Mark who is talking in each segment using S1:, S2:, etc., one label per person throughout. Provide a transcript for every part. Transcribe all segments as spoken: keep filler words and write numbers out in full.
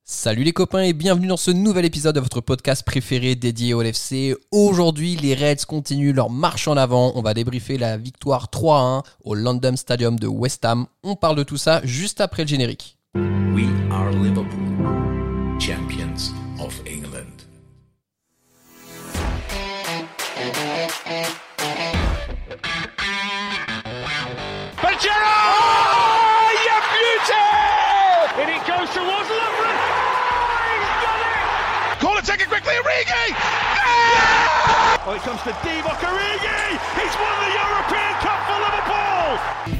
S1: Salut les copains et bienvenue dans ce nouvel épisode de votre podcast préféré dédié au L F C. Aujourd'hui, les Reds continuent leur marche en avant. On va débriefer la victoire trois à un au London Stadium de West Ham. On parle de tout ça juste après le générique.
S2: We are Liverpool, champions of England.
S3: Pajero! Oh, you beauty! And it goes towards Lovren. Oh, he's got it! Call it, take it quickly, Origi! Yeah! Oh, it comes to Divock Origi! He's won the European Cup for Liverpool!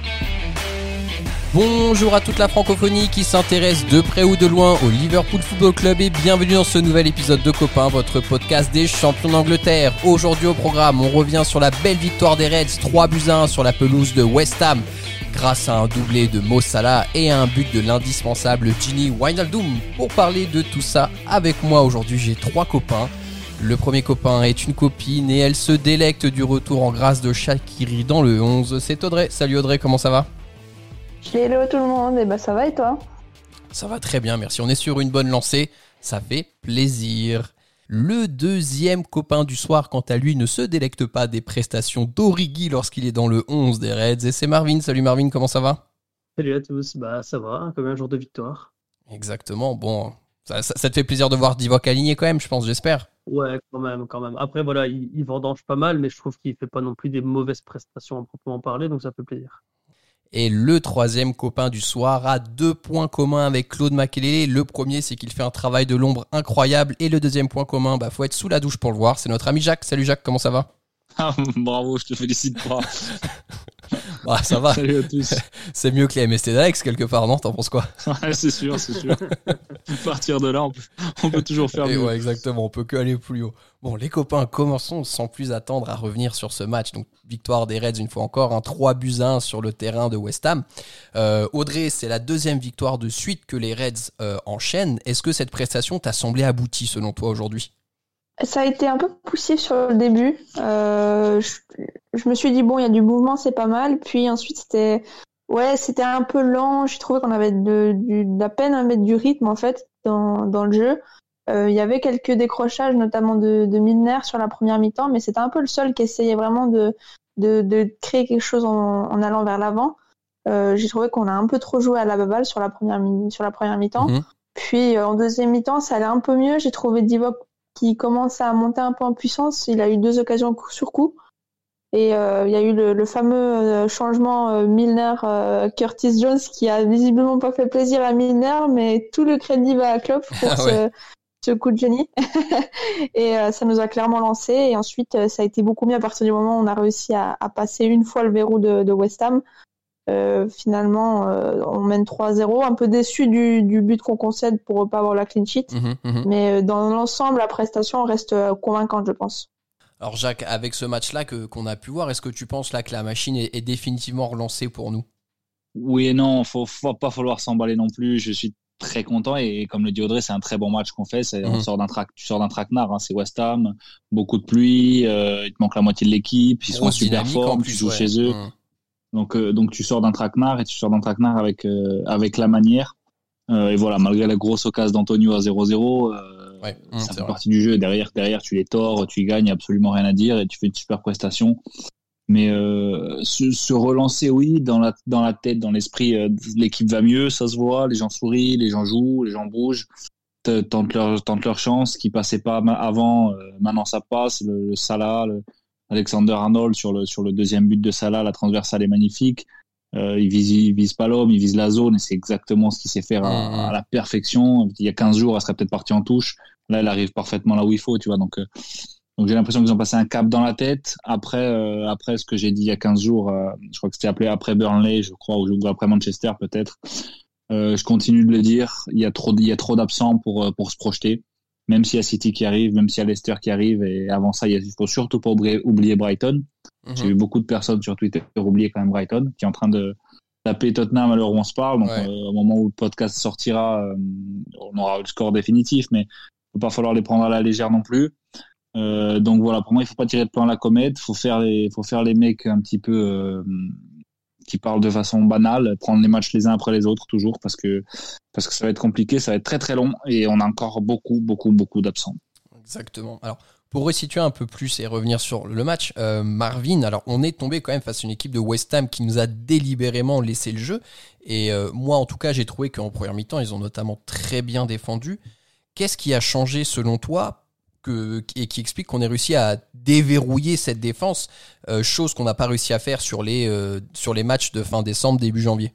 S1: Bonjour à toute la francophonie qui s'intéresse de près ou de loin au Liverpool Football Club et bienvenue dans ce nouvel épisode de Copains, votre podcast des champions d'Angleterre. Aujourd'hui au programme, on revient sur la belle victoire des Reds, trois buts à un sur la pelouse de West Ham, grâce à un doublé de Mo Salah et à un but de l'indispensable Gini Wijnaldum. Pour parler de tout ça avec moi aujourd'hui, j'ai trois copains. Le premier copain est une copine et elle se délecte du retour en grâce de Shaqiri dans le onze. C'est Audrey. Salut Audrey, comment ça va ?
S4: Hello tout le monde, et bah ça va et toi ?
S1: Ça va très bien, merci. On est sur une bonne lancée, ça fait plaisir. Le deuxième copain du soir, quant à lui, ne se délecte pas des prestations d'Origi lorsqu'il est dans le onze des Reds. Et c'est Marvin. Salut Marvin, comment ça va ?
S5: Salut à tous, bah ça va, comme un jour de victoire.
S1: Exactement, bon, ça, ça, ça te fait plaisir de voir Divock aligné quand même, je pense, j'espère.
S5: Ouais, quand même, quand même. Après voilà, il, il vendange pas mal, mais je trouve qu'il fait pas non plus des mauvaises prestations à proprement parler, donc ça fait plaisir.
S1: Et le troisième copain du soir a deux points communs avec Claude Makélélé. Le premier, c'est qu'il fait un travail de l'ombre incroyable. Et le deuxième point commun, bah faut être sous la douche pour le voir. C'est notre ami Jacques. Salut Jacques, comment ça va ?
S6: Ah, bravo, je te félicite pas.
S1: Bah, ça va.
S6: Salut à tous.
S1: C'est mieux que les M S T d'Alex quelque part, non ? T'en penses quoi ?
S6: Ouais, c'est sûr, c'est sûr. À partir de là, on peut, on peut toujours faire
S1: Et
S6: mieux.
S1: ouais, exactement, on peut que aller plus haut. Bon, les copains, commençons sans plus attendre à revenir sur ce match. Donc, victoire des Reds une fois encore, un trois buts à un sur le terrain de West Ham. Euh, Audrey, c'est la deuxième victoire de suite que les Reds euh, enchaînent. Est-ce que cette prestation t'a semblé aboutie selon toi aujourd'hui ?
S4: Ça a été un peu poussif sur le début. Euh, je, je me suis dit, bon, il y a du mouvement, c'est pas mal. Puis ensuite, c'était, ouais, c'était un peu lent. J'ai trouvé qu'on avait de, du, de la peine à mettre du rythme, en fait, dans, dans le jeu. Euh, il y avait quelques décrochages, notamment de, de Milner sur la première mi-temps, mais c'était un peu le seul qui essayait vraiment de, de, de créer quelque chose en, en allant vers l'avant. Euh, j'ai trouvé qu'on a un peu trop joué à la baballe sur la première, mi- sur la première mi-temps. Mmh. Puis, euh, en deuxième mi-temps, ça allait un peu mieux. J'ai trouvé Divock qui commence à monter un peu en puissance. Il a eu deux occasions coup sur coup. Et euh, il y a eu le, le fameux euh, changement euh, Milner-Curtis Jones qui a visiblement pas fait plaisir à Milner, mais tout le crédit va à Klopp pour ah ouais. ce, ce coup de génie. Et euh, ça nous a clairement lancé. Et ensuite, euh, ça a été beaucoup mieux à partir du moment où on a réussi à, à passer une fois le verrou de, de West Ham. Euh, finalement, euh, on mène trois à zéro. Un peu déçu du, du but qu'on concède pour ne pas avoir la clean sheet. Mmh, mmh. Mais euh, dans l'ensemble, la prestation reste euh, convaincante, je pense.
S1: Alors Jacques, avec ce match-là que, qu'on a pu voir, est-ce que tu penses là que la machine est, est définitivement relancée pour nous ?
S6: Oui et non, il ne va pas falloir s'emballer non plus. Je suis très content et comme le dit Audrey, c'est un très bon match qu'on fait. C'est, mmh. on sort d'un tra- tu sors d'un traquenard, hein, c'est West Ham, beaucoup de pluie, euh, il te manque la moitié de l'équipe, ils sont en super forme, tu joues ouais. chez eux. Mmh. Donc, euh, donc tu sors d'un traquenard et tu sors d'un traquenard avec, euh, avec la manière. Euh, et voilà, malgré la grosse occasion d'Antonio à zéro zéro, euh, ouais, mmh, ça fait vrai. Partie du jeu. Derrière, derrière, tu les tords, tu y gagnes, absolument rien à dire et tu fais une super prestation. Mais euh, se, se relancer, oui, dans la, dans la tête, dans l'esprit, euh, l'équipe va mieux, ça se voit, les gens sourient, les gens jouent, les gens bougent, tentent leur, tentent leur chance, qui passait pas avant, euh, maintenant ça passe, le, le Salah, le Alexander-Arnold sur le, sur le deuxième but de Salah, la transversale est magnifique. Euh, il vise, il vise pas l'homme, il vise la zone et c'est exactement ce qu'il sait faire à, mmh. à la perfection. Il y a quinze jours, elle serait peut-être partie en touche. Là, elle arrive parfaitement là où il faut, tu vois. Donc, euh, donc j'ai l'impression qu'ils ont passé un cap dans la tête. Après, euh, après ce que j'ai dit il y a quinze jours, euh, je crois que c'était appelé après Burnley, je crois, ou après Manchester peut-être. Euh, je continue de le dire. Il y a trop, il y a trop d'absents pour, pour se projeter. Même s'il y a City qui arrive, même s'il y a Leicester qui arrive, et avant ça, il faut surtout pas oublier, oublier Brighton. Mmh. J'ai vu beaucoup de personnes sur Twitter oublier quand même Brighton, qui est en train de taper Tottenham à l'heure où on se parle. Donc, ouais. euh, au moment où le podcast sortira, euh, on aura le score définitif, mais il ne va pas falloir les prendre à la légère non plus. Euh, donc voilà, pour moi, il ne faut pas tirer de plan à la comète. Il faut faire les, faut faire les mecs un petit peu, euh, qui parle de façon banale, prendre les matchs les uns après les autres toujours parce que parce que ça va être compliqué, ça va être très très long et on a encore beaucoup beaucoup beaucoup d'absents.
S1: Exactement. Alors pour resituer un peu plus et revenir sur le match, euh, Marvin, alors on est tombé quand même face à une équipe de West Ham qui nous a délibérément laissé le jeu et euh, moi en tout cas j'ai trouvé qu'en première mi-temps ils ont notamment très bien défendu. Qu'est-ce qui a changé selon toi que, et qui explique qu'on ait réussi à déverrouiller cette défense, euh, chose qu'on n'a pas réussi à faire sur les, euh, sur les matchs de fin décembre, début janvier?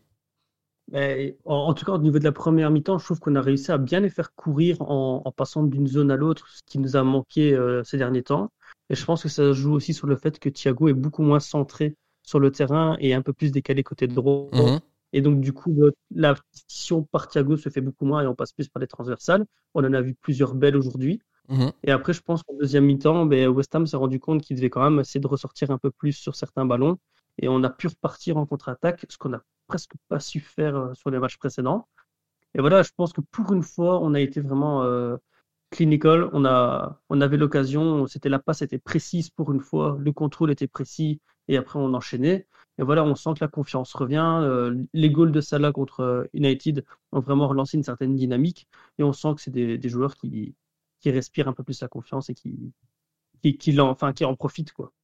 S5: Mais en, en tout cas, au niveau de la première mi-temps, je trouve qu'on a réussi à bien les faire courir en, en passant d'une zone à l'autre, ce qui nous a manqué euh, ces derniers temps. Et je pense que ça joue aussi sur le fait que Thiago est beaucoup moins centré sur le terrain et un peu plus décalé côté droit. Mmh. Et donc, du coup, le, la position par Thiago se fait beaucoup moins et on passe plus par les transversales. On en a vu plusieurs belles aujourd'hui. Mmh. Et après, je pense qu'en deuxième mi-temps, ben, West Ham s'est rendu compte qu'il devait quand même essayer de ressortir un peu plus sur certains ballons. Et on a pu repartir en contre-attaque, ce qu'on n'a presque pas su faire sur les matchs précédents. Et voilà, je pense que pour une fois, on a été vraiment euh, clinical. On, a, on avait l'occasion, c'était la passe était précise pour une fois, le contrôle était précis et après on enchaînait. Et voilà, on sent que la confiance revient. Euh, les goals de Salah contre United ont vraiment relancé une certaine dynamique et on sent que c'est des, des joueurs qui, qui respirent un peu plus la confiance et qui, qui, qui, en, enfin, qui en profitent, quoi.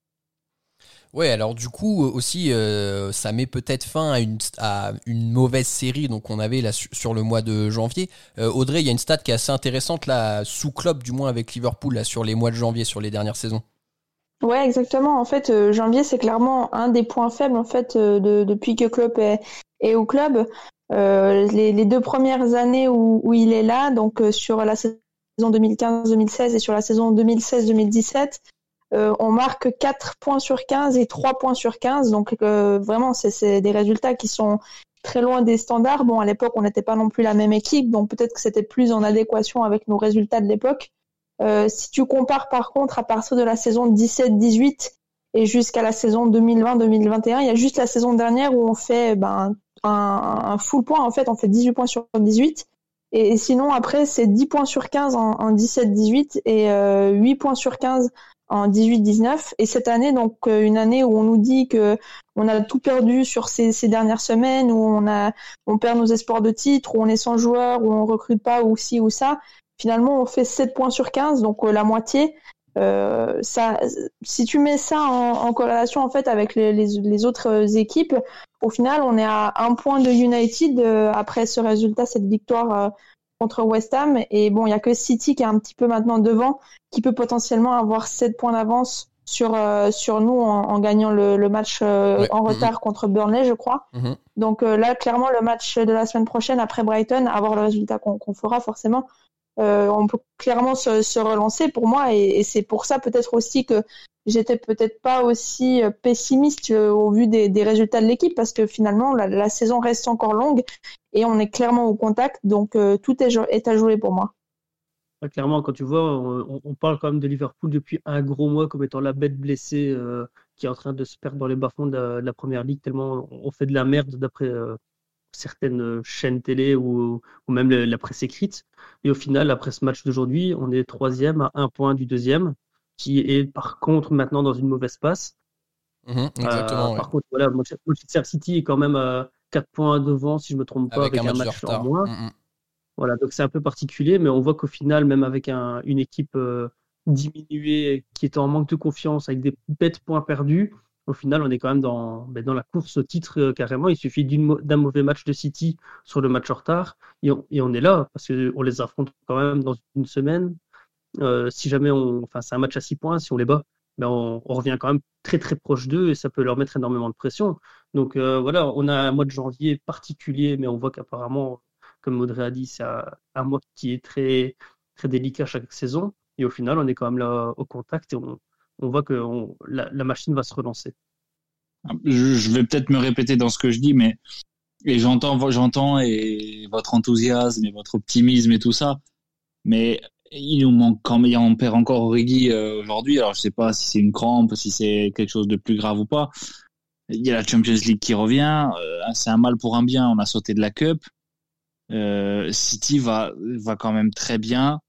S1: Ouais, alors du coup aussi euh, ça met peut-être fin à une, à une mauvaise série donc on avait là su, sur le mois de janvier. Euh, Audrey, il y a une stat qui est assez intéressante là sous Klopp du moins avec Liverpool là sur les mois de janvier sur les dernières saisons.
S4: Ouais, exactement. En fait, euh, janvier c'est clairement un des points faibles en fait euh, de, depuis que Klopp est, est au club. Euh, les, les deux premières années où, où il est là, donc euh, sur la saison deux mille quinze deux mille seize et sur la saison deux mille seize deux mille dix-sept. Euh, on marque quatre points sur quinze et trois points sur quinze. Donc, euh, vraiment, c'est, c'est des résultats qui sont très loin des standards. Bon, à l'époque, on n'était pas non plus la même équipe. Donc, peut-être que c'était plus en adéquation avec nos résultats de l'époque. Euh, si tu compares, par contre, à partir de la saison dix-sept dix-huit et jusqu'à la saison deux mille vingt deux mille vingt et un, il y a juste la saison dernière où on fait ben, un, un full point. En fait, on fait dix-huit points sur dix-huit. Et, et sinon, après, c'est dix points sur quinze en, en dix-sept dix-huit et euh, huit points sur quinze en dix-huit dix-neuf. Et cette année, donc une année où on nous dit que on a tout perdu sur ces, ces dernières semaines, où on a on perd nos espoirs de titre, où on est sans joueurs, où on recrute pas, ou ci ou ça. Finalement, on fait sept points sur quinze, donc euh, la moitié. Euh, ça, si tu mets ça en, en corrélation en fait avec les, les, les autres équipes, au final, on est à un point de United euh, après ce résultat, cette victoire euh, contre West Ham. Et bon, il y a que City qui est un petit peu maintenant devant, qui peut potentiellement avoir sept points d'avance sur euh, sur nous en, en gagnant le, le match euh, ouais. en retard mmh. contre Burnley, je crois. Mmh. Donc euh, là, clairement, le match de la semaine prochaine après Brighton, avoir le résultat qu'on, qu'on fera forcément, euh, on peut clairement se, se relancer pour moi. Et, et c'est pour ça peut-être aussi que j'étais peut-être pas aussi pessimiste euh, au vu des, des résultats de l'équipe, parce que finalement, la, la saison reste encore longue et on est clairement au contact. Donc euh, tout est, est à jouer pour moi.
S5: Clairement, quand tu vois, on, on parle quand même de Liverpool depuis un gros mois comme étant la bête blessée euh, qui est en train de se perdre dans les bas-fonds de la, de la première ligue, tellement on fait de la merde d'après euh, certaines chaînes télé ou, ou même la, la presse écrite. Et au final, après ce match d'aujourd'hui, on est troisième à un point du deuxième, qui est par contre maintenant dans une mauvaise passe.
S1: Mmh, exactement. Euh,
S5: ouais. Par contre, voilà, Manchester City est quand même à quatre points devant, si je ne me trompe pas, avec, avec un, un match, match en moins. Mmh. Voilà, donc c'est un peu particulier, mais on voit qu'au final, même avec un, une équipe euh, diminuée, qui était en manque de confiance, avec des bêtes points perdus, au final, on est quand même dans, ben, dans la course au titre euh, carrément. Il suffit d'une, d'un mauvais match de City sur le match en retard, et on, et on est là, parce qu'on les affronte quand même dans une semaine. Euh, si jamais on, enfin, c'est un match à six points, si on les bat, ben on, on revient quand même très très proche d'eux, et ça peut leur mettre énormément de pression. Donc euh, voilà, on a un mois de janvier particulier, mais on voit qu'apparemment, comme Audrey a dit, c'est un, un mois qui est très, très délicat chaque saison. Et au final, on est quand même là au contact et on, on voit que on, la, la machine va se relancer.
S6: Je, je vais peut-être me répéter dans ce que je dis, mais et j'entends, j'entends et votre enthousiasme et votre optimisme et tout ça, mais il nous manque quand même, on perd encore Origi euh, aujourd'hui. Alors je sais pas si c'est une crampe, si c'est quelque chose de plus grave ou pas. Il y a la Champions League qui revient, euh, c'est un mal pour un bien. On a sauté de la Cup. Euh, City va va quand même très bien,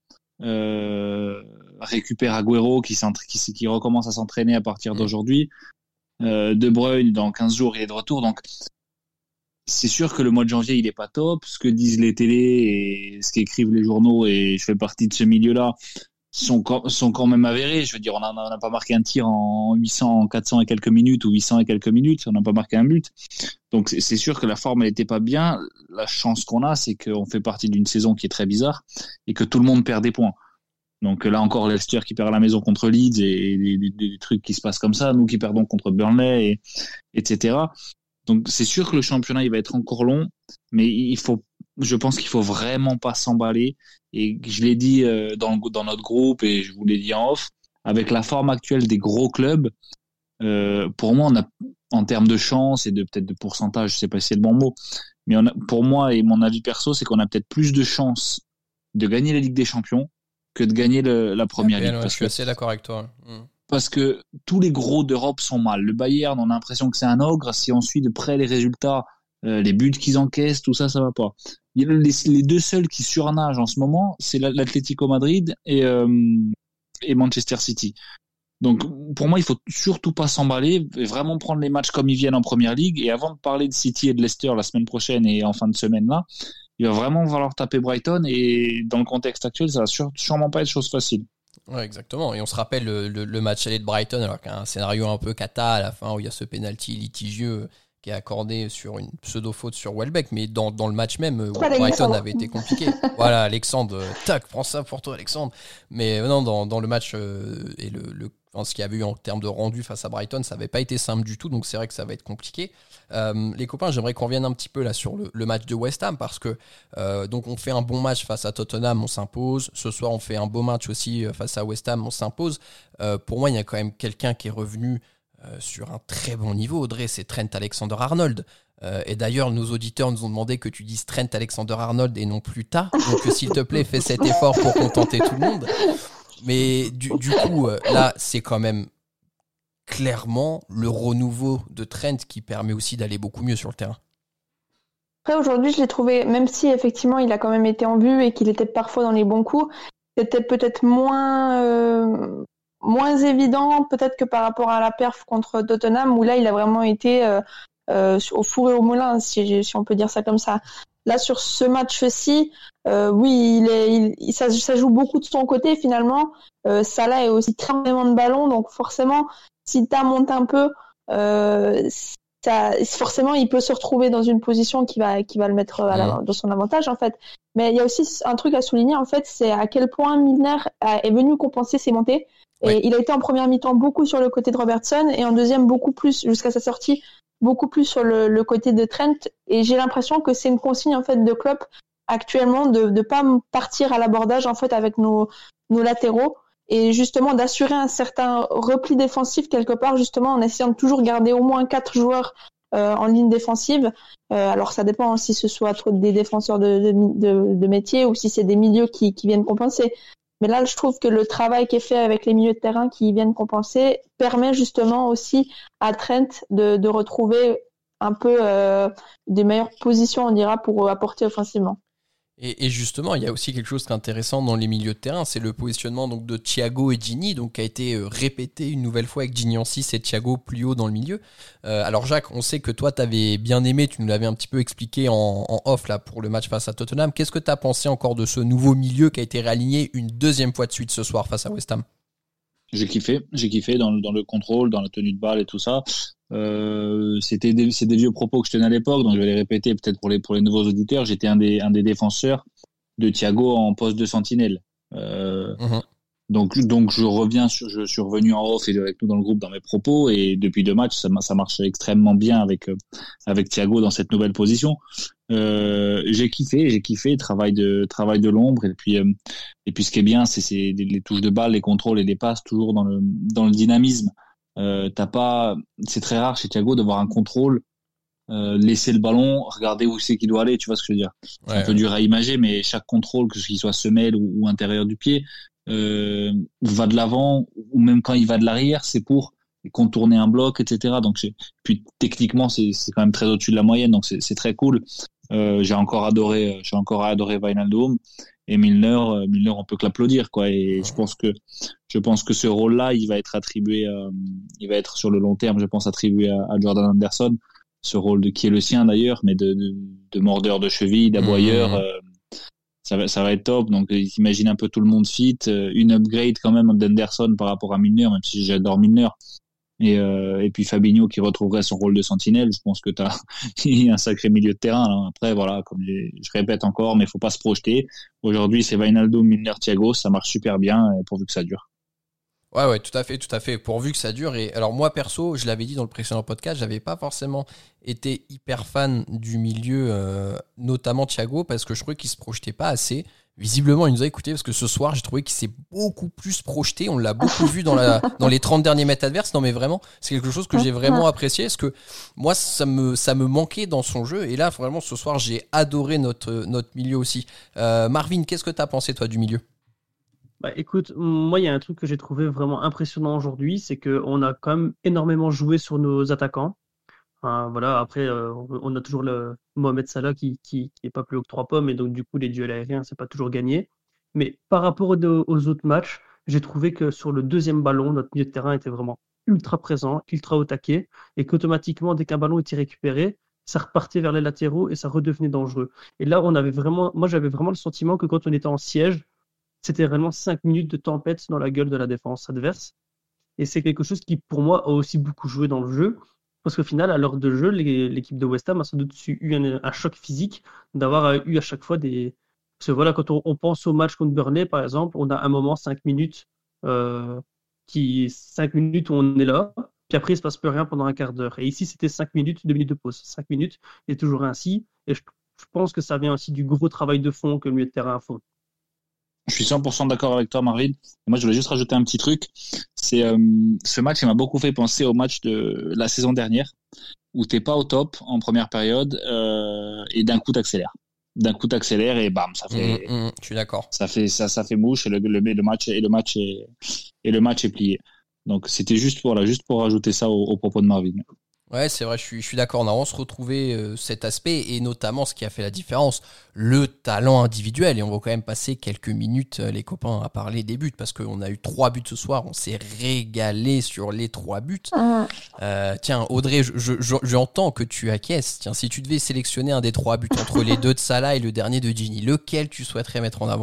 S6: euh, récupère Agüero qui, qui qui recommence à s'entraîner à partir d'aujourd'hui. Euh, De Bruyne, dans quinze jours, il est de retour. Donc, c'est sûr que le mois de janvier, il est pas top. Ce que disent les télés et ce qu'écrivent les journaux, et je fais partie de ce milieu-là, sont, sont quand même avérés. Je veux dire, on n'a pas marqué un tir en huit cents, quatre cents et quelques minutes ou huit cents et quelques minutes. On n'a pas marqué un but. Donc, c'est, c'est sûr que la forme, elle n'était pas bien. La chance qu'on a, c'est qu'on fait partie d'une saison qui est très bizarre et que tout le monde perd des points. Donc là encore, Leicester qui perd à la maison contre Leeds et des, des, des trucs qui se passent comme ça. Nous qui perdons contre Burnley, et, etc. Donc c'est sûr que le championnat, il va être encore long, mais il faut, je pense qu'il faut vraiment pas s'emballer. Et je l'ai dit dans, dans notre groupe et je vous l'ai dit en off, avec la forme actuelle des gros clubs, euh, pour moi, on a, en termes de chance et de peut-être de pourcentage, je sais pas si c'est le bon mot, mais on a, pour moi et mon avis perso, c'est qu'on a peut-être plus de chances de gagner la Ligue des Champions que de gagner le, la première
S1: okay,
S6: ligue.
S1: Ouais,
S6: parce
S1: je suis
S6: que,
S1: assez d'accord avec toi. Mmh.
S6: Parce que tous les gros d'Europe sont mal. Le Bayern, on a l'impression que c'est un ogre. Si on suit de près les résultats, euh, les buts qu'ils encaissent, tout ça, ça va pas. Les, les deux seuls qui surnagent en ce moment, c'est l'Atlético Madrid et, euh, et Manchester City. Donc, pour moi, il faut surtout pas s'emballer et vraiment prendre les matchs comme ils viennent en première ligue. Et avant de parler de City et de Leicester la semaine prochaine et en fin de semaine là, il va vraiment falloir taper Brighton et dans le contexte actuel, ça va sûr, sûrement pas être chose facile.
S1: Ouais, exactement. Et on se rappelle le, le, le match aller de Brighton, alors qu'il y a un scénario un peu cata à la fin où il y a ce penalty litigieux qui est accordé sur une pseudo-faute sur Welbeck, mais dans, dans le match même, Brighton avait été compliqué. Voilà, Alexandre, tac, prends ça pour toi, Alexandre. Mais non, dans, dans le match euh, et le, le Enfin, ce qu'il y avait eu en termes de rendu face à Brighton, ça n'avait pas été simple du tout, donc c'est vrai que ça va être compliqué. Euh, les copains, j'aimerais qu'on revienne un petit peu là sur le, le match de West Ham, parce que euh, donc on fait un bon match face à Tottenham, on s'impose. Ce soir, on fait un beau match aussi face à West Ham, on s'impose. Euh, pour moi, il y a quand même quelqu'un qui est revenu euh, sur un très bon niveau, Audrey, c'est Trent Alexander-Arnold. Euh, et d'ailleurs, nos auditeurs nous ont demandé que tu dises Trent Alexander-Arnold et non plus Ta. Donc s'il te plaît, fais cet effort pour contenter tout le monde. Mais du, du coup, euh, là, c'est quand même clairement le renouveau de Trent qui permet aussi d'aller beaucoup mieux sur le terrain.
S4: Après, aujourd'hui, je l'ai trouvé, même si effectivement il a quand même été en vue et qu'il était parfois dans les bons coups, c'était peut-être moins, euh, moins évident peut-être que par rapport à la perf contre Tottenham, où là, il a vraiment été euh, euh, au four et au moulin, si, si on peut dire ça comme ça. Là, sur ce match-ci, euh, oui, il est, il, ça, ça joue beaucoup de son côté finalement. Euh, Salah est aussi très énormément de ballons, donc forcément, si Ta monte un peu, euh, ça, forcément, il peut se retrouver dans une position qui va, qui va le mettre à la, dans son avantage en fait. Mais il y a aussi un truc à souligner en fait, c'est à quel point Milner a, est venu compenser ses montées. Et ouais. Il a été en première mi-temps beaucoup sur le côté de Robertson et en deuxième beaucoup plus jusqu'à sa sortie. Beaucoup plus sur le, le côté de Trent, et j'ai l'impression que c'est une consigne en fait de Klopp actuellement de ne pas partir à l'abordage en fait avec nos, nos latéraux et justement d'assurer un certain repli défensif quelque part, justement en essayant de toujours garder au moins quatre joueurs euh, en ligne défensive. Euh, alors ça dépend si ce soit des défenseurs de, de, de, de métier ou si c'est des milieux qui, qui viennent compenser. Mais là, je trouve que le travail qui est fait avec les milieux de terrain qui viennent compenser permet justement aussi à Trent de, de retrouver un peu euh, des meilleures positions, on dira, pour apporter offensivement.
S1: Et, et justement, il y a aussi quelque chose d'intéressant dans les milieux de terrain, c'est le positionnement donc, de Thiago et Gini, donc, qui a été euh, répété une nouvelle fois avec Gini en six et Thiago plus haut dans le milieu. Euh, alors Jacques, on sait que toi, tu avais bien aimé, tu nous l'avais un petit peu expliqué en, en off là, pour le match face à Tottenham. Qu'est-ce que tu as pensé encore de ce nouveau milieu qui a été réaligné une deuxième fois de suite ce soir face à West Ham ?
S6: J'ai kiffé, j'ai kiffé dans le, dans le contrôle, dans la tenue de balle et tout ça. Euh, c'était des, c'est des vieux propos que je tenais à l'époque, donc je vais les répéter peut-être pour les pour les nouveaux auditeurs. J'étais un des un des défenseurs de Thiago en poste de sentinelle. Euh, mmh. Donc donc je reviens, sur, je suis revenu en off et avec nous dans le groupe dans mes propos et depuis deux matchs ça ça marche extrêmement bien avec euh, avec Thiago dans cette nouvelle position. Euh, j'ai kiffé, j'ai kiffé travail de travail de l'ombre et puis euh, et puis ce qui est bien c'est c'est les, les touches de balle, les contrôles et les passes toujours dans le dans le dynamisme. Euh, t'as pas, c'est très rare chez Thiago de voir un contrôle, euh, laisser le ballon, regarder où c'est qu'il doit aller, tu vois ce que je veux dire. C'est ouais, un peu ouais. dur à imager, mais chaque contrôle, que ce qu'il soit semelle ou, ou intérieur du pied, euh, va de l'avant ou même quand il va de l'arrière, c'est pour contourner un bloc, et cetera. Donc c'est, puis techniquement c'est c'est quand même très au-dessus de la moyenne, donc c'est c'est très cool. Euh, j'ai encore adoré, j'ai encore adoré Wijnaldum. Et Milner, euh, Milner, on peut que l'applaudir, quoi. Et je pense que, je pense que ce rôle-là, il va être attribué, euh, il va être sur le long terme, je pense, attribué à, à Jordan Anderson. Ce rôle de qui est le sien d'ailleurs, mais de, de, de mordeur de cheville, d'aboyeur. Mmh. Euh, ça va, ça va être top. Donc, imagine un peu tout le monde fit, euh, une upgrade quand même d'Anderson par rapport à Milner, même si j'adore Milner. Et, euh, et puis Fabinho qui retrouverait son rôle de sentinelle. Je pense que t'as un sacré milieu de terrain. Là. Après, voilà, comme je, je répète encore, mais faut pas se projeter. Aujourd'hui, c'est Wijnaldum, Milner, Thiago. Ça marche super bien pourvu que ça dure.
S1: Ouais, ouais, tout à fait, tout à fait. Pourvu que ça dure. Et alors moi, perso, je l'avais dit dans le précédent podcast, j'avais pas forcément été hyper fan du milieu, euh, notamment Thiago, parce que je trouvais qu'il se projetait pas assez. Visiblement, il nous a écouté parce que ce soir, j'ai trouvé qu'il s'est beaucoup plus projeté. On l'a beaucoup vu dans, la, dans les trente derniers mètres adverses. Non, mais vraiment, c'est quelque chose que j'ai vraiment apprécié. Parce que moi, ça me, ça me manquait dans son jeu. Et là, vraiment, ce soir, j'ai adoré notre, notre milieu aussi. Euh, Marvin, qu'est-ce que tu as pensé, toi, du milieu ?
S5: Bah, écoute, moi, il y a un truc que j'ai trouvé vraiment impressionnant aujourd'hui. C'est qu'on a quand même énormément joué sur nos attaquants. Hein, voilà, après, euh, on a toujours le Mohamed Salah qui, qui, qui est pas plus haut que trois pommes, et donc du coup, les duels aériens, c'est pas toujours gagné. Mais par rapport aux, aux autres matchs, j'ai trouvé que sur le deuxième ballon, notre milieu de terrain était vraiment ultra présent, ultra au taquet, et qu'automatiquement, dès qu'un ballon était récupéré, ça repartait vers les latéraux et ça redevenait dangereux. Et là, on avait vraiment, moi, j'avais vraiment le sentiment que quand on était en siège, c'était vraiment cinq minutes de tempête dans la gueule de la défense adverse. Et c'est quelque chose qui, pour moi, a aussi beaucoup joué dans le jeu. Parce qu'au final, à l'heure de jeu, l'équipe de West Ham a sans doute eu un, un choc physique d'avoir eu à chaque fois des... Parce que voilà, quand on, on pense au match contre Burnley, par exemple, on a un moment, cinq minutes, euh, qui, cinq minutes où on est là, puis après, il ne se passe plus rien pendant un quart d'heure. Et ici, c'était cinq minutes, deux minutes de pause. cinq minutes, et toujours ainsi. Et je, je pense que ça vient aussi du gros travail de fond que le milieu de terrain font.
S6: Je suis cent pour cent d'accord avec toi, Marvin. Et moi, je voulais juste rajouter un petit truc. C'est euh, ce match, il m'a beaucoup fait penser au match de la saison dernière, où t'es pas au top en première période euh, et d'un coup t'accélères. D'un coup t'accélères et bam, ça fait.
S1: Mmh, mmh, je suis d'accord.
S6: Ça fait ça, ça fait mouche et le, le, le match et le match est et le match est plié. Donc c'était juste pour là, juste pour rajouter ça au, au propos de Marvin.
S1: Ouais, c'est vrai, je suis, je suis d'accord. On a vraiment se retrouvé euh, cet aspect et notamment ce qui a fait la différence, le talent individuel. Et on va quand même passer quelques minutes, euh, les copains, à parler des buts parce qu'on a eu trois buts ce soir. On s'est régalé sur les trois buts. Mmh. Euh, tiens, Audrey, je, je, je, j'entends que tu acquiesces. Tiens, si tu devais sélectionner un des trois buts entre les deux de Salah et le dernier de Gini, lequel tu souhaiterais mettre en avant ?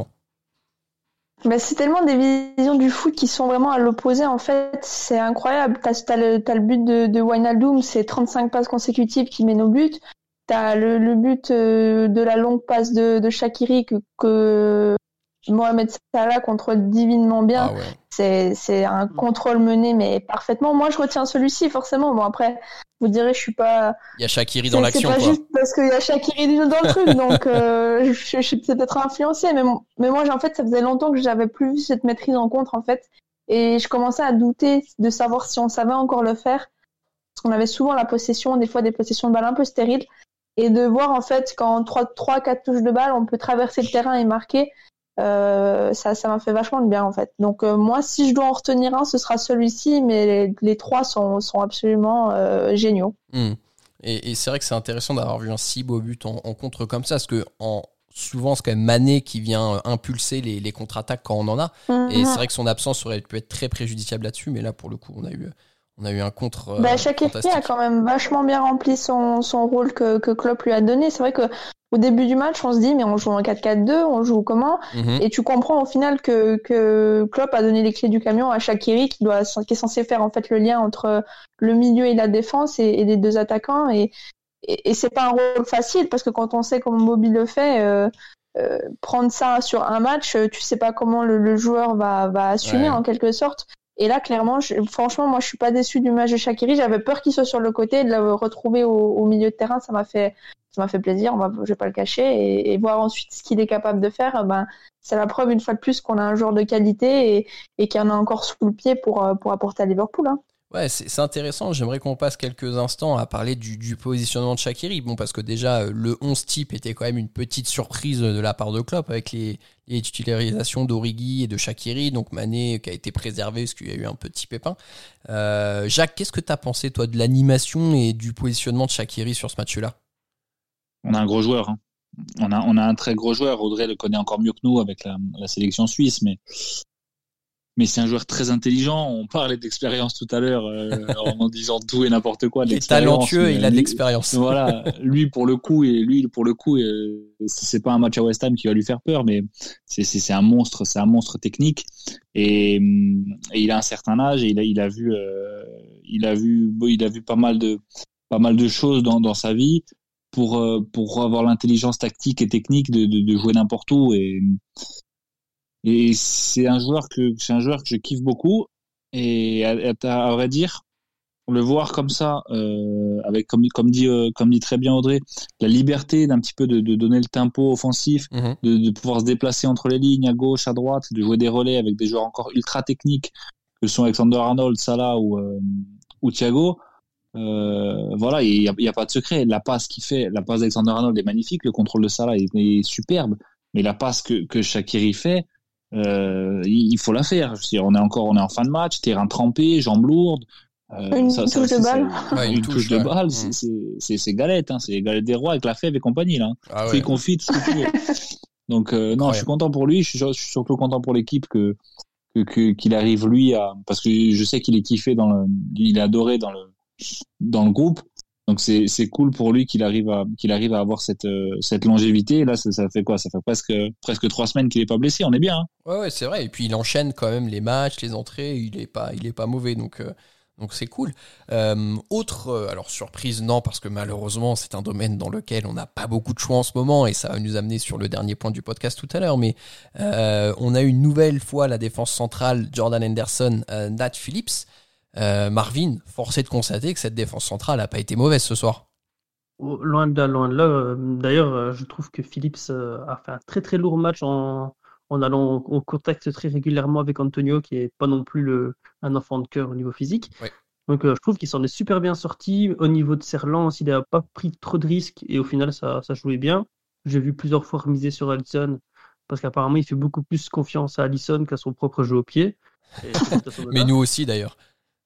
S4: Bah, c'est tellement des visions du foot qui sont vraiment à l'opposé, en fait, c'est incroyable. T'as, t'as, le, t'as le but de, de Wijnaldum, c'est trente-cinq passes consécutives qui mènent au but. T'as le, le but euh, de la longue passe de, de Shaqiri que, que Mohamed Salah contrôle divinement bien. Ah ouais. C'est, c'est un contrôle mené, mais parfaitement. Moi, je retiens celui-ci, forcément. Bon, après, vous direz, je suis pas...
S1: Il y a Shaqiri dans c'est, l'action,
S4: c'est
S1: quoi.
S4: C'est pas juste parce qu'il y a Shaqiri dans le truc, donc euh, je, je suis peut-être influencée, mais, mais moi, en fait, ça faisait longtemps que j'avais plus vu cette maîtrise en contre, en fait, et je commençais à douter de savoir si on savait encore le faire, parce qu'on avait souvent la possession, des fois des possessions de balles un peu stériles, et de voir, en fait, qu'en trois quatre touches de balle, on peut traverser le terrain et marquer. Euh, ça, ça m'a fait vachement de bien en fait. Donc euh, moi, si je dois en retenir un, ce sera celui-ci, mais les, les trois sont, sont absolument euh, géniaux.
S1: Mmh. Et, et c'est vrai que c'est intéressant d'avoir vu un si beau but en, en contre comme ça, parce que en, souvent c'est quand même Mané qui vient impulser les, les contre-attaques quand on en a. Mmh. Et c'est vrai que son absence aurait pu être très préjudiciable là-dessus, mais là pour le coup, on a eu, on a eu un contre. Euh,
S4: bah, Shaqiri a quand même vachement bien rempli son, son rôle que, que Klopp lui a donné. C'est vrai que au début du match, on se dit, mais on joue en quatre quatre deux, on joue comment ? Mm-hmm. Et tu comprends au final que, que Klopp a donné les clés du camion à Shaqiri, qui doit, qui est censé faire en fait le lien entre le milieu et la défense et, et les deux attaquants. Et, et, et c'est pas un rôle facile parce que quand on sait comment Bobby le fait, euh, euh, prendre ça sur un match, tu sais pas comment le, le joueur va, va assumer ouais. en quelque sorte. Et là, clairement, je, franchement, moi, je suis pas déçue du match de Shaqiri. J'avais peur qu'il soit sur le côté, de le retrouver au, au milieu de terrain. Ça m'a fait, ça m'a fait plaisir. On va, je vais pas le cacher. Et, et voir ensuite ce qu'il est capable de faire, ben, c'est la preuve une fois de plus qu'on a un joueur de qualité et, et qu'il y en a encore sous le pied pour, pour apporter à Liverpool. Hein.
S1: Ouais, c'est, c'est intéressant. J'aimerais qu'on passe quelques instants à parler du, du positionnement de Shaqiri. Bon, parce que déjà, le onze type était quand même une petite surprise de la part de Klopp avec les, les titularisations d'Origi et de Shaqiri. Donc Mané qui a été préservé parce qu'il y a eu un petit pépin. Euh, Jacques, qu'est-ce que tu as pensé, toi, de l'animation et du positionnement de Shaqiri sur ce match-là ?
S6: on a un gros joueur. Hein. On a, on a un très gros joueur. Audrey le connaît encore mieux que nous avec la, la sélection suisse, mais, mais c'est un joueur très intelligent. On parlait d'expérience tout à l'heure, euh, en disant tout et n'importe quoi.
S1: Il est talentueux, il a de l'expérience.
S6: Voilà. Lui, pour le coup, et lui, pour le coup, euh, c'est pas un match à West Ham qui va lui faire peur, mais c'est, c'est, c'est un monstre, c'est un monstre technique. Et, et il a un certain âge et il a, il a vu, euh, il a vu, il a vu pas mal de, pas mal de choses dans, dans sa vie. Pour, pour avoir l'intelligence tactique et technique de, de, de jouer n'importe où. Et, et c'est un joueur que, c'est un joueur que je kiffe beaucoup. Et à, à, à vrai dire, le voir comme ça, euh, avec, comme, comme, dit, euh, comme dit très bien Audrey, la liberté d'un petit peu de, de donner le tempo offensif, mmh. de, de pouvoir se déplacer entre les lignes, à gauche, à droite, de jouer des relais avec des joueurs encore ultra techniques, que sont Alexander-Arnold, Salah ou, euh, ou Thiago. Euh, voilà, il n'y a, y a pas de secret. La passe qu'il fait, la passe d'Alexander-Arnold est magnifique, le contrôle de Salah est, est superbe, mais la passe que, que Shaqiri fait, euh, il, il faut la faire. Je veux dire, on est encore, on est en fin de match, terrain trempé, jambes lourdes.
S4: Euh, une ça, touche ça, de balle.
S6: Ouais, une, une touche, touche de ouais. balle, c'est, c'est, c'est, c'est galette, hein, c'est galette des rois avec la fève et compagnie là. Ah ouais. Fruits confits, tout ce que tu veux. Donc euh, non, ouais. je suis content pour lui. Je suis, je suis surtout content pour l'équipe que, que, que qu'il arrive lui à, parce que je sais qu'il est kiffé dans le, il est adoré dans le dans le groupe, donc c'est c'est cool pour lui qu'il arrive à qu'il arrive à avoir cette euh, cette longévité. Et là ça, ça fait quoi, ça fait presque presque trois semaines qu'il est pas blessé, on est bien hein.
S1: ouais ouais c'est vrai, et puis il enchaîne quand même les matchs, les entrées, il est pas il est pas mauvais, donc euh, donc c'est cool. Euh, autre euh, alors surprise non, parce que malheureusement c'est un domaine dans lequel on n'a pas beaucoup de choix en ce moment, et ça va nous amener sur le dernier point du podcast tout à l'heure, mais euh, on a une nouvelle fois la défense centrale Jordan Henderson, euh, Nat Phillips. Euh, Marvin, forcé de constater que cette défense centrale n'a pas été mauvaise ce soir.
S5: Oh, loin de là, loin de là. D'ailleurs, je trouve que Phillips a fait un très très lourd match en, en allant au contact très régulièrement avec Antonio, qui n'est pas non plus le, un enfant de cœur au niveau physique. Ouais. Donc je trouve qu'il s'en est super bien sorti. Au niveau de ses relances, il n'a pas pris trop de risques et au final, ça, ça jouait bien. J'ai vu plusieurs fois remiser sur Alisson, parce qu'apparemment, il fait beaucoup plus confiance à Alisson qu'à son propre jeu au pied. Et
S1: mais nous aussi d'ailleurs.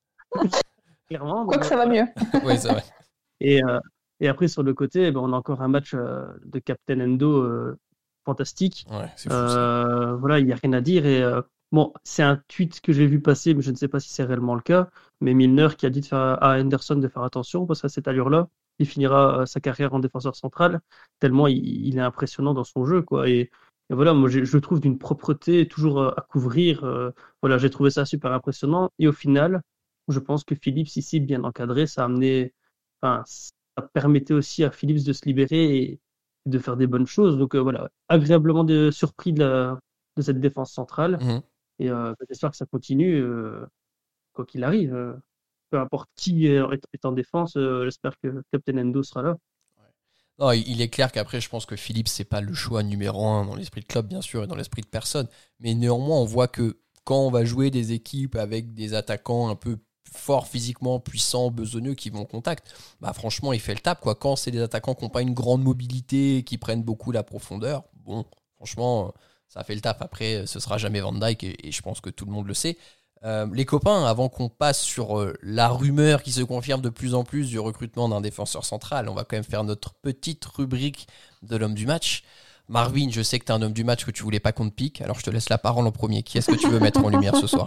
S5: Clairement.
S4: Quoi que ça va mieux.
S1: Oui, c'est vrai.
S5: Et, euh, et après, sur le côté, ben, on a encore un match euh, de Captain Endo euh, fantastique.
S1: Ouais, c'est fou,
S5: euh, voilà, il n'y a rien à dire. Et, euh, bon, c'est un tweet que j'ai vu passer, mais je ne sais pas si c'est réellement le cas. Mais Milner qui a dit de faire, à Henderson de faire attention, parce qu'à cette allure-là, il finira euh, sa carrière en défenseur central, tellement il, il est impressionnant dans son jeu, quoi. Et, et voilà, moi, je le trouve d'une propreté, toujours euh, à couvrir. Euh, voilà, j'ai trouvé ça super impressionnant. Et au final, je pense que Phillips, ici, bien encadré, ça a amené, enfin, ça permettait aussi à Phillips de se libérer et de faire des bonnes choses. Donc euh, voilà, agréablement de, surpris de, la, de cette défense centrale. Mmh. Et euh, j'espère que ça continue, euh, quoi qu'il arrive. Euh, peu importe qui est, est en défense, euh, j'espère que Captain Endo sera là.
S1: Non, il est clair qu'après, je pense que Phillips, c'est pas le choix numéro un dans l'esprit de club, bien sûr, et dans l'esprit de personne. Mais néanmoins, on voit que quand on va jouer des équipes avec des attaquants un peu forts physiquement, puissants, besogneux, qui vont au contact, bah franchement, il fait le tap, quoi. Quand c'est des attaquants qui n'ont pas une grande mobilité, qui prennent beaucoup la profondeur, bon, franchement, ça fait le tap. Après, ce sera jamais Van Dijk, et, et je pense que tout le monde le sait. Euh, les copains, avant qu'on passe sur euh, la rumeur qui se confirme de plus en plus du recrutement d'un défenseur central, on va quand même faire notre petite rubrique de l'homme du match. Marvin, je sais que tu es un homme du match que tu voulais pas qu'on te pique, alors je te laisse la parole en premier. Qui est-ce que tu veux mettre en lumière ce soir ?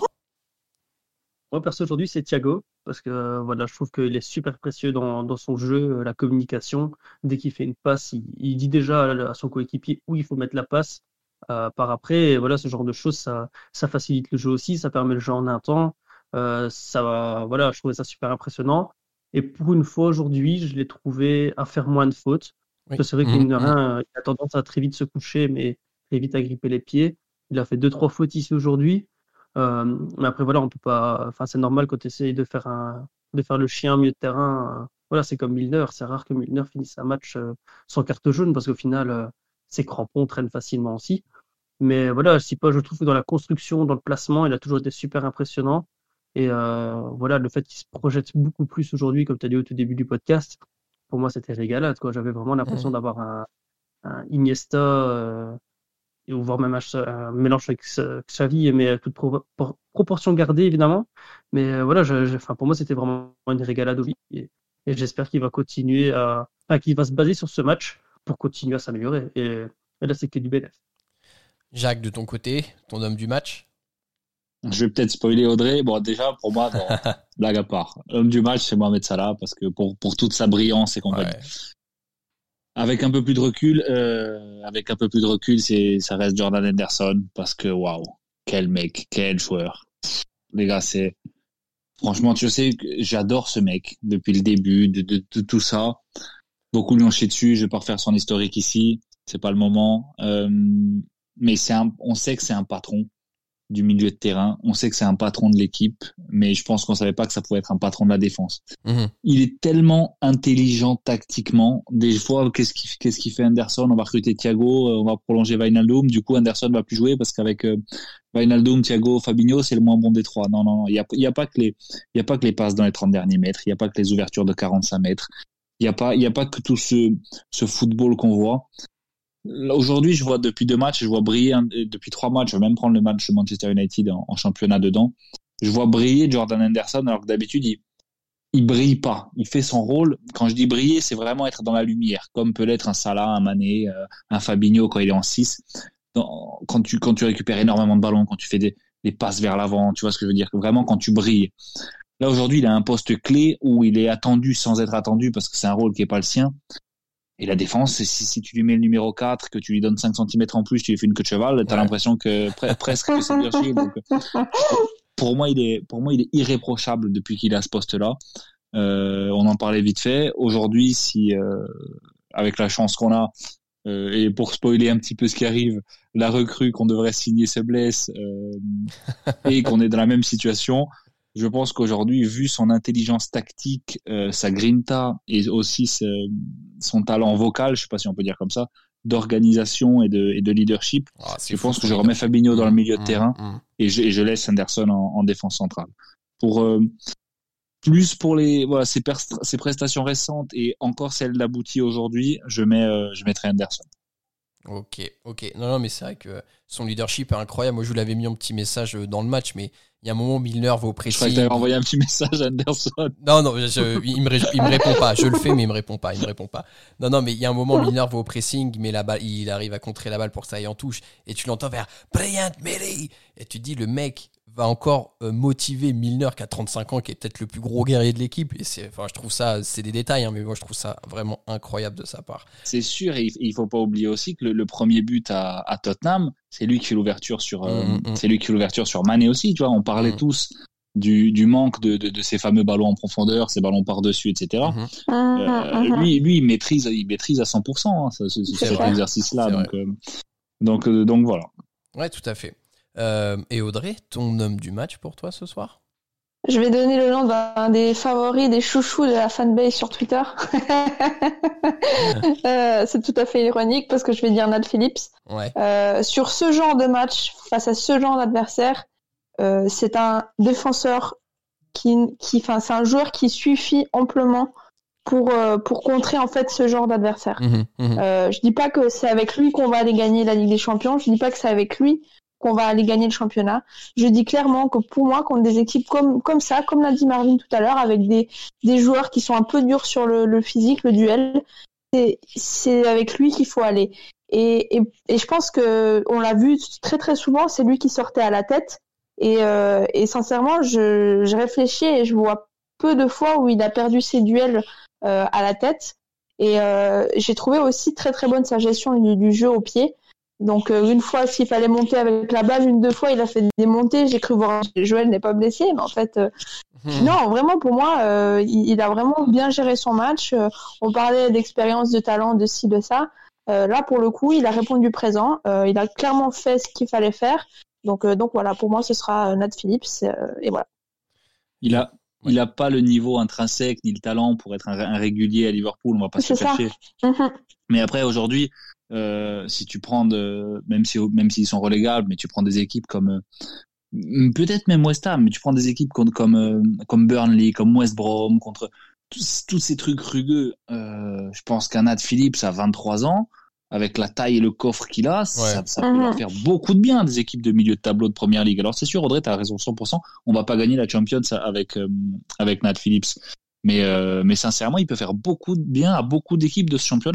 S5: Moi, perso, aujourd'hui, c'est Thiago, parce que euh, voilà, je trouve qu'il est super précieux dans, dans son jeu, euh, la communication. Dès qu'il fait une passe, il, il dit déjà à, à son coéquipier où il faut mettre la passe. Euh, par après, et voilà, ce genre de choses, ça, ça facilite le jeu aussi, ça permet le jeu en un temps. Euh, ça va, voilà, je trouvais ça super impressionnant. Et pour une fois, aujourd'hui, je l'ai trouvé à faire moins de fautes. Oui. C'est vrai qu'il mmh, mmh. il a tendance à très vite se coucher, mais très vite à gripper les pieds. Il a fait deux, trois fautes ici aujourd'hui. Euh, mais après, voilà, on peut pas. Enfin, c'est normal quand tu essayes de faire, un, de faire le chien milieu de terrain. Euh, voilà, c'est comme Milner. C'est rare que Milner finisse un match euh, sans carte jaune parce qu'au final, euh, ses crampons traînent facilement aussi. Mais voilà, si pas, je trouve que dans la construction, dans le placement, il a toujours été super impressionnant. Et euh, voilà, le fait qu'il se projette beaucoup plus aujourd'hui, comme tu as dit au tout début du podcast, pour moi, c'était régalade, quoi. J'avais vraiment l'impression mmh. d'avoir un, un Iniesta. Euh, ou voire même un, un mélange avec Xavi, mais à toute pro, pro, proportion gardée, évidemment. Mais euh, voilà, je, je, enfin, pour moi, c'était vraiment une régalade. Et, et j'espère qu'il va continuer à, à qu'il va se baser sur ce match pour continuer à s'améliorer. Et, et là, c'est que du bénéfice.
S1: Jacques, de ton côté, ton homme du match?
S6: Je vais peut-être spoiler Audrey. Bon, déjà, pour moi, bon, blague à part. L'homme du match, c'est Mohamed Salah, parce que pour, pour toute sa brillance et compagnie. Ouais. Avec un peu plus de recul, euh, avec un peu plus de recul, c'est, ça reste Jordan Henderson, parce que, waouh, quel mec, quel joueur. Les gars, c'est, franchement, tu sais, j'adore ce mec depuis le début de, de, de tout ça. Beaucoup lui ont chié dessus. Je vais pas refaire son historique ici. C'est pas le moment. Euh, mais c'est un, on sait que c'est un patron du milieu de terrain. On sait que c'est un patron de l'équipe, mais je pense qu'on savait pas que ça pouvait être un patron de la défense. Mmh. Il est tellement intelligent tactiquement. Des fois, qu'est-ce qu'il, qu'est-ce qu'il fait Henderson? On va recruter Thiago, on va prolonger Wijnaldum. Du coup, Henderson va plus jouer parce qu'avec euh, Wijnaldum, Thiago, Fabinho, c'est le moins bon des trois. Non, non, non. Il y a, il y a pas que les, il y a pas que les passes dans les trente derniers mètres. Il y a pas que les ouvertures de quarante-cinq mètres. Il y a pas, il y a pas que tout ce, ce football qu'on voit. Là, aujourd'hui, je vois depuis deux matchs, je vois briller, un, depuis trois matchs, je vais même prendre le match de Manchester United en, en championnat dedans. Je vois briller Jordan Henderson, alors que d'habitude, il, il brille pas. Il fait son rôle. Quand je dis briller, c'est vraiment être dans la lumière, comme peut l'être un Salah, un Mané, euh, un Fabinho quand il est en six. Dans, quand tu, quand tu récupères énormément de ballons, quand tu fais des, des passes vers l'avant, tu vois ce que je veux dire? Vraiment, quand tu brilles. Là, aujourd'hui, il a un poste clé où il est attendu sans être attendu parce que c'est un rôle qui est pas le sien. Et la défense, si, si tu lui mets le numéro quatre, que tu lui donnes cinq centimètres en plus, tu lui fais une queue de cheval, t'as ouais. l'impression que pre- presque que c'est Virgile. Donc, pour moi, il est, pour moi, il est irréprochable depuis qu'il a ce poste-là. Euh, on en parlait vite fait. Aujourd'hui, si, euh, avec la chance qu'on a, euh, et pour spoiler un petit peu ce qui arrive, la recrue qu'on devrait signer se blesse, euh, et qu'on est dans la même situation, je pense qu'aujourd'hui, vu son intelligence tactique, euh, sa grinta et aussi ce, son talent vocal, je sais pas si on peut dire comme ça, d'organisation et de, et de leadership, ah, je pense que je remets Fabinho dans le milieu de mmh, terrain mmh. Et, je, et je laisse Henderson en, en défense centrale. Pour euh, plus pour les voilà ses, pers- ses prestations récentes et encore celles d'abouties aujourd'hui, je mets euh, je mettrai Henderson.
S1: Ok, ok. Non, non, mais c'est vrai que son leadership est incroyable. Moi, je vous l'avais mis en petit message dans le match, mais il y a un moment où Milner va au pressing.
S6: Je crois que tu avais envoyé un petit message à Anderson.
S1: Non, non, je, il, me, il me répond pas. Je le fais, mais il me répond pas. Il me répond pas. Non, non, mais il y a un moment où Milner va au pressing, mais la balle, il arrive à contrer la balle pour que ça aille en touche. Et tu l'entends faire Brilliant Millie. Et tu te dis, le mec va encore euh, motiver Milner qui a trente-cinq ans, qui est peut-être le plus gros guerrier de l'équipe. Et c'est, enfin, je trouve ça, c'est des détails, hein, mais moi, je trouve ça vraiment incroyable de sa part.
S6: C'est sûr, et il faut pas oublier aussi que le, le premier but à, à Tottenham, c'est lui qui fait l'ouverture sur, euh, mmh, c'est lui qui fait l'ouverture sur Mané aussi. Tu vois, on parlait mmh. tous du, du manque de, de, de ces fameux ballons en profondeur, ces ballons par-dessus, et cetera. Mmh. Euh, lui, lui, il maîtrise, il maîtrise à cent pour cent hein, ce, ce, cet exercice-là. Donc, euh, donc, euh, donc voilà.
S1: Ouais, tout à fait. Euh, et Audrey, ton homme du match pour toi ce soir?
S4: Je vais donner le nom d'un des favoris, des chouchous de la fanbase sur Twitter. euh, c'est tout à fait ironique parce que je vais dire Nat Phillips.
S1: Ouais.
S4: Euh, sur ce genre de match, face à ce genre d'adversaire, euh, c'est un défenseur qui, qui, enfin, c'est un joueur qui suffit amplement pour euh, pour contrer en fait ce genre d'adversaire.
S1: Mmh, mmh.
S4: Euh, je dis pas que c'est avec lui qu'on va aller gagner la Ligue des Champions. Je dis pas que c'est avec lui qu'on va aller gagner le championnat. Je dis clairement que pour moi, contre des équipes comme comme ça, comme l'a dit Marvin tout à l'heure, avec des des joueurs qui sont un peu durs sur le, le physique, le duel, c'est c'est avec lui qu'il faut aller. Et et et je pense que on l'a vu très très souvent, c'est lui qui sortait à la tête. Et euh, et sincèrement, je je réfléchis et je vois peu de fois où il a perdu ses duels euh, à la tête. Et euh, j'ai trouvé aussi très très bonne sa gestion du, du jeu au pied. Donc euh, une fois s'il fallait monter avec la balle, une deux fois il a fait des montées, j'ai cru voir Joël n'est pas blessé, mais en fait euh, mmh. non vraiment pour moi euh, il, il a vraiment bien géré son match. Euh, on parlait d'expérience, de talent, de ci, de ça. Euh, là pour le coup il a répondu présent, euh, il a clairement fait ce qu'il fallait faire. Donc euh, donc voilà, pour moi ce sera euh, Nat Phillips euh, et voilà.
S6: Il a il a pas le niveau intrinsèque ni le talent pour être un, un régulier à Liverpool, on va pas se le cacher.
S4: Mmh.
S6: Mais après aujourd'hui Euh, si tu prends de, même si même s'ils sont relégables, mais tu prends des équipes comme euh, peut-être même West Ham, mais tu prends des équipes comme comme, euh, comme Burnley, comme West Brom, contre tous, tous ces trucs rugueux. Euh, je pense qu'un Nat Phillips à vingt-trois ans, avec la taille et le coffre qu'il a, ouais. ça, ça peut mm-hmm. leur faire beaucoup de bien des équipes de milieu de tableau de première ligue. Alors c'est sûr, Audrey, t'as raison cent pour cent. On va pas gagner la Champions avec euh, avec Nat Phillips, mais euh, mais sincèrement, il peut faire beaucoup de bien à beaucoup d'équipes de ce championnat. Hein.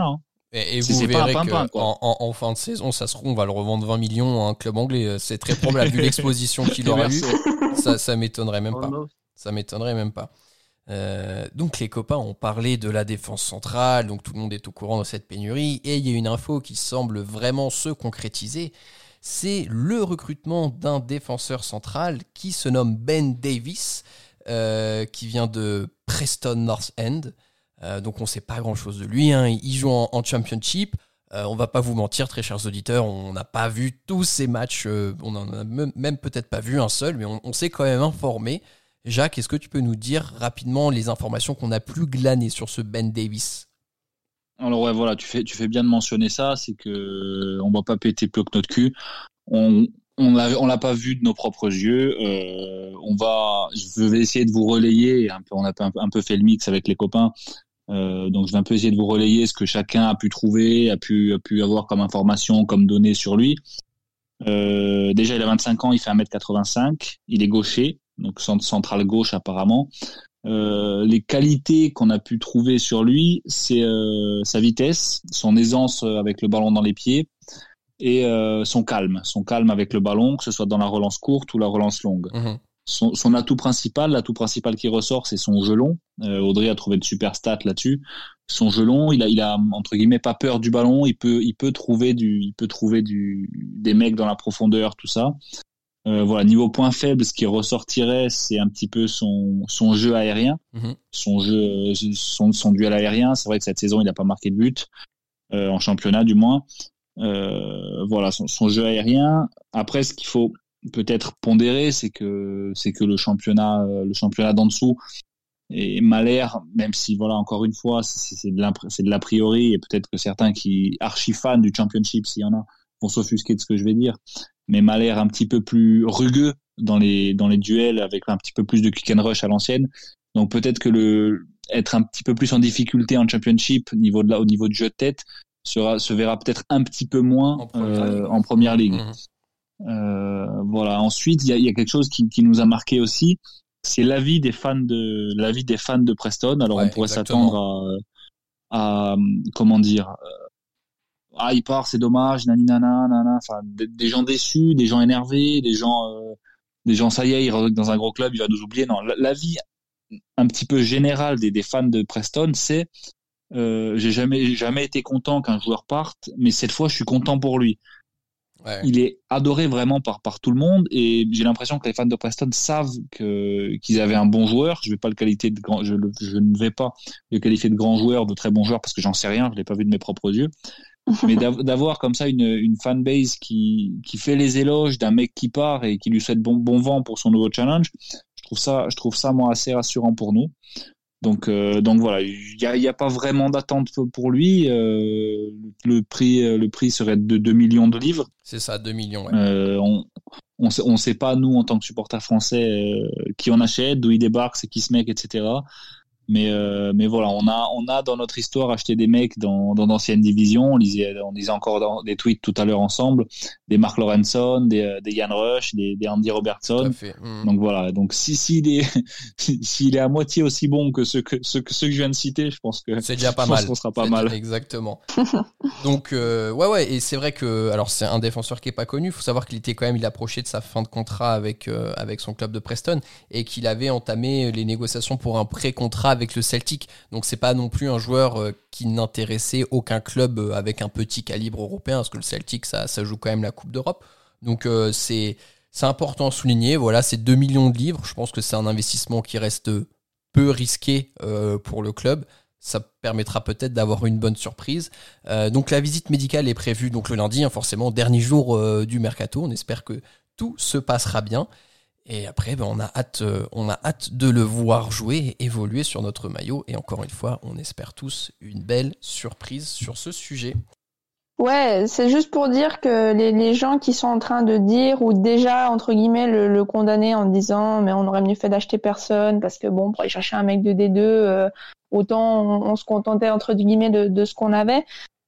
S1: Et, et
S6: C'est-
S1: vous
S6: c'est pas un
S1: verrez
S6: pimpin, quoi.
S1: qu'en en, en fin de saison, ça se trouve, on va le revendre vingt millions à un club anglais. C'est très probable, vu l'exposition qu'il aura eu. Ça, ça m'étonnerait même
S5: Oh,
S1: pas.
S5: non.
S1: Ça m'étonnerait même pas. Euh, donc les copains ont parlé de la défense centrale, donc tout le monde est au courant de cette pénurie, et il y a une info qui semble vraiment se concrétiser, c'est le recrutement d'un défenseur central qui se nomme Ben Davis, euh, qui vient de Preston North End. Euh, donc on ne sait pas grand-chose de lui, hein. Il joue en, en Championship. Euh, on va pas vous mentir, très chers auditeurs, on n'a pas vu tous ces matchs, euh, on en a même, même peut-être pas vu un seul, mais on, on s'est quand même informé. Jacques, est-ce que tu peux nous dire rapidement les informations qu'on a pu glaner sur ce Ben Davis ?
S6: Alors ouais, voilà, tu fais, tu fais bien de mentionner ça, c'est que on va pas péter plus que notre cul. On, on l'a, on l'a pas vu de nos propres yeux. Euh, on va, je vais essayer de vous relayer. Un peu, on a un peu, un peu fait le mix avec les copains. Euh, donc je vais un peu essayer de vous relayer ce que chacun a pu trouver, a pu, a pu avoir comme information, comme données sur lui. Euh, déjà, il a vingt-cinq ans, il fait un mètre quatre-vingt-cinq, il est gaucher, donc centre central gauche apparemment. Euh, les qualités qu'on a pu trouver sur lui, c'est euh, sa vitesse, son aisance avec le ballon dans les pieds et euh, son calme, son calme avec le ballon, que ce soit dans la relance courte ou la relance longue.
S1: Mmh.
S6: Son, son atout principal, l'atout principal qui ressort, c'est son jeu long. Euh, Audrey a trouvé de super stats là-dessus. Son jeu long, il a, il a entre guillemets pas peur du ballon. Il peut, il peut trouver du, il peut trouver du, des mecs dans la profondeur, tout ça. Euh, voilà, niveau point faible, ce qui ressortirait, c'est un petit peu son, son jeu aérien,
S1: Mmh.
S6: son jeu, son, son duel aérien. C'est vrai que cette saison, il n'a pas marqué de but euh, en championnat, du moins. Euh, voilà, son, son jeu aérien. Après, ce qu'il faut peut-être pondérer, c'est que c'est que le championnat, le championnat d'en dessous est malaire, même si voilà, encore une fois, c'est, c'est de l'impr- c'est de l'a priori, et peut-être que certains qui archi fans du championship, s'il y en a, vont s'offusquer de ce que je vais dire, mais malaire un petit peu plus rugueux dans les dans les duels, avec un petit peu plus de kick and rush à l'ancienne. Donc peut-être que le être un petit peu plus en difficulté en championship niveau de la, au niveau du jeu de tête sera se verra peut-être un petit peu moins
S1: En première
S6: euh,
S1: ligue.
S6: en première ligue.
S1: Mmh.
S6: Euh, voilà. Ensuite, il y a, il y a quelque chose qui, qui nous a marqué aussi, c'est l'avis des fans de l'avis des fans de Preston. Alors
S1: Ouais,
S6: on pourrait
S1: exactement.
S6: s'attendre à, à comment dire, euh, ah il part, c'est dommage, nani nana, nana. Enfin, des, des gens déçus, des gens énervés, des gens, euh, des gens ça y est, il rentre dans un gros club, il va nous oublier. Non, l'avis un petit peu général des, des fans de Preston, c'est euh, j'ai jamais jamais été content qu'un joueur parte, mais cette fois je suis content pour lui.
S1: Ouais.
S6: Il est adoré vraiment par par tout le monde, et j'ai l'impression que les fans de Preston savent que qu'ils avaient un bon joueur. Je vais pas le qualifier de grand, je, le, je ne vais pas le qualifier de grand joueur, de très bon joueur, parce que j'en sais rien, je l'ai pas vu de mes propres yeux. Mais d'avoir comme ça une une fanbase qui qui fait les éloges d'un mec qui part et qui lui souhaite bon bon vent pour son nouveau challenge, je trouve ça je trouve ça moi assez rassurant pour nous. Donc, euh, donc voilà, il y a, y a pas vraiment d'attente pour lui. Euh, le prix, le prix serait de deux millions de livres.
S1: C'est ça, deux millions. Ouais.
S6: Euh, on, on sait, on sait pas nous en tant que supporters français euh, qui on achète, d'où il débarque, c'est qui ce mec, et cetera. Mais, euh, mais voilà, on a, on a dans notre histoire acheté des mecs dans, dans d'anciennes divisions. On lisait, on lisait encore dans des tweets tout à l'heure ensemble, des Mark Lawrenson, des, des Ian Rush, des, des Andy
S1: Tout
S6: Robertson.
S1: à fait. Mmh.
S6: Donc voilà, donc si s'il est s'il est à moitié aussi bon que ceux que ceux que ceux que je viens de citer, je pense que
S1: C'est déjà pas
S6: je pense
S1: mal.
S6: qu'on sera pas
S1: C'est
S6: mal.
S1: déjà- Exactement. Donc euh, ouais ouais, et c'est vrai que alors c'est un défenseur qui est pas connu. Il faut savoir qu'il était quand même, il approchait de sa fin de contrat avec euh, avec son club de Preston, et qu'il avait entamé les négociations pour un pré-contrat avec le Celtic. Donc c'est pas non plus un joueur euh, qui n'intéressait aucun club euh, avec un petit calibre européen, parce que le Celtic ça ça joue quand même la Coupe d'Europe. Donc euh, c'est c'est important à souligner. Voilà, c'est deux millions de livres. Je pense que c'est un investissement qui reste peu risqué euh, pour le club. Ça permettra peut-être d'avoir une bonne surprise. Euh, donc la visite médicale est prévue donc le lundi, hein, forcément, dernier jour euh, du mercato. On espère que tout se passera bien. Et après, ben, on a hâte, euh, on a hâte de le voir jouer et évoluer sur notre maillot. Et encore une fois, on espère tous une belle surprise sur ce sujet.
S4: Ouais, c'est juste pour dire que les, les gens qui sont en train de dire, ou déjà, entre guillemets, le, le condamner en disant, mais on aurait mieux fait d'acheter personne, parce que bon, pour aller chercher un mec de D deux, euh, autant on, on se contentait, entre guillemets, de, de ce qu'on avait.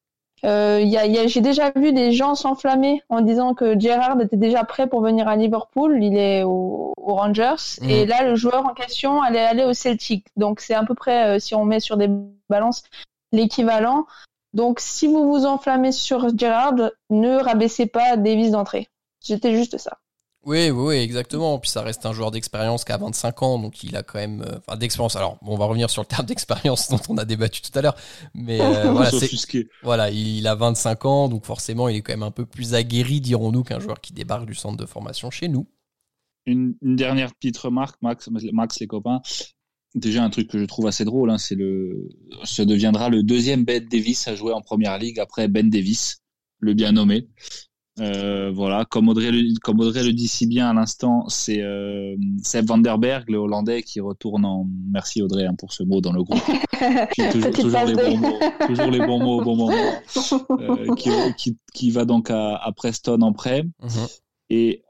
S4: Euh, y a, y a, j'ai déjà vu des gens s'enflammer en disant que Gerrard était déjà prêt pour venir à Liverpool, il est au, aux Rangers,
S1: Mmh.
S4: et là, le joueur en question allait aller au Celtic. Donc, c'est à peu près, euh, si on met sur des balances, l'équivalent. Donc, si vous vous enflammez sur Gerrard, ne rabaissez pas Davies d'entrée. C'était juste ça.
S1: Oui, oui, oui, exactement. Puis ça reste un joueur d'expérience qui a vingt-cinq ans, donc il a quand même, euh, enfin d'expérience. Alors, bon, on va revenir sur le terme d'expérience dont on a débattu tout à l'heure, mais euh, voilà, c'est, voilà, il a vingt-cinq ans, donc forcément, il est quand même un peu plus aguerri, dirons-nous, qu'un joueur qui débarque du centre de formation chez nous.
S6: Une, une dernière petite remarque, Max, Max, les copains. Déjà un truc que je trouve assez drôle, hein, c'est le, ce deviendra le deuxième Ben Davies à jouer en première ligue après Ben Davies, le bien nommé. Euh, voilà, comme Audrey, le, comme Audrey le dit si bien à l'instant, c'est euh, Sepp van der Berg, le Hollandais, qui retourne en. Merci Audrey hein, pour ce mot dans le groupe. Puis toujours, toujours les bons mots, toujours les bons mots au bon moment. Euh, qui, qui, qui va donc à, à Preston en prêt. Mm-hmm. Et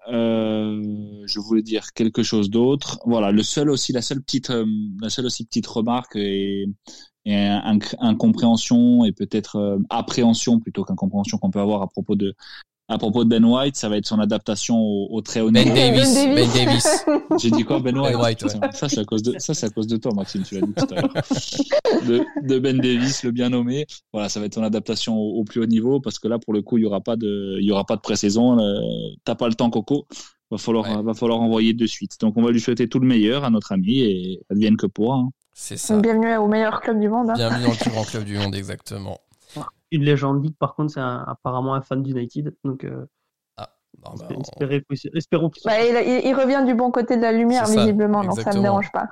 S6: euh, je voulais dire quelque chose d'autre. Voilà, le seul aussi, la seule petite, euh, la seule aussi petite remarque et, et incompréhension et peut-être euh, appréhension plutôt qu'incompréhension qu'on peut avoir à propos de. À propos de Ben White, ça va être son adaptation au, au très haut niveau.
S1: Ben Davies, Ben Davies.
S6: J'ai dit quoi, Ben White,
S1: Ben White ouais.
S6: Ça, c'est à cause de, ça, c'est à cause de toi, Maxime, tu l'as dit tout à l'heure. De, de Ben Davies, le bien nommé. Voilà, ça va être son adaptation au, au plus haut niveau, parce que là, pour le coup, il y aura pas de, il y aura pas de pré-saison. Euh, t'as pas le temps, Coco. Va falloir, ouais. va falloir envoyer de suite. Donc, on va lui souhaiter tout le meilleur à notre ami et advienne que pourra. Hein.
S1: C'est ça.
S4: Bienvenue au meilleur club du monde. Hein.
S1: Bienvenue dans le plus grand club du monde, exactement.
S5: Une légende league, par contre, c'est un, apparemment un fan d'United, donc euh,
S1: ah, non, bah,
S5: espérez, on... espérons qu'il
S4: bah, il, il revient du bon côté de la lumière, ça, visiblement, exactement. Donc ça me dérange pas.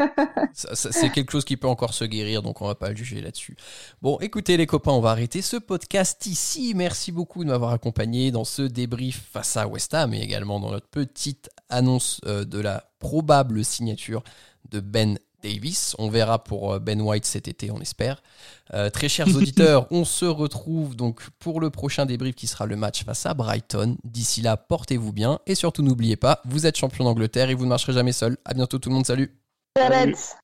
S1: ça, ça, c'est quelque chose qui peut encore se guérir, donc on va pas le juger là-dessus. Bon, écoutez les copains, on va arrêter ce podcast ici. Merci beaucoup de m'avoir accompagné dans ce débrief face à West Ham, et également dans notre petite annonce euh, de la probable signature de Ben Davies. On verra pour Ben White cet été, on espère. Euh, très chers auditeurs, on se retrouve donc pour le prochain débrief qui sera le match face à Brighton. D'ici là, portez-vous bien et surtout n'oubliez pas, vous êtes champion d'Angleterre et vous ne marcherez jamais seul. À bientôt tout le monde, salut.
S4: Salut.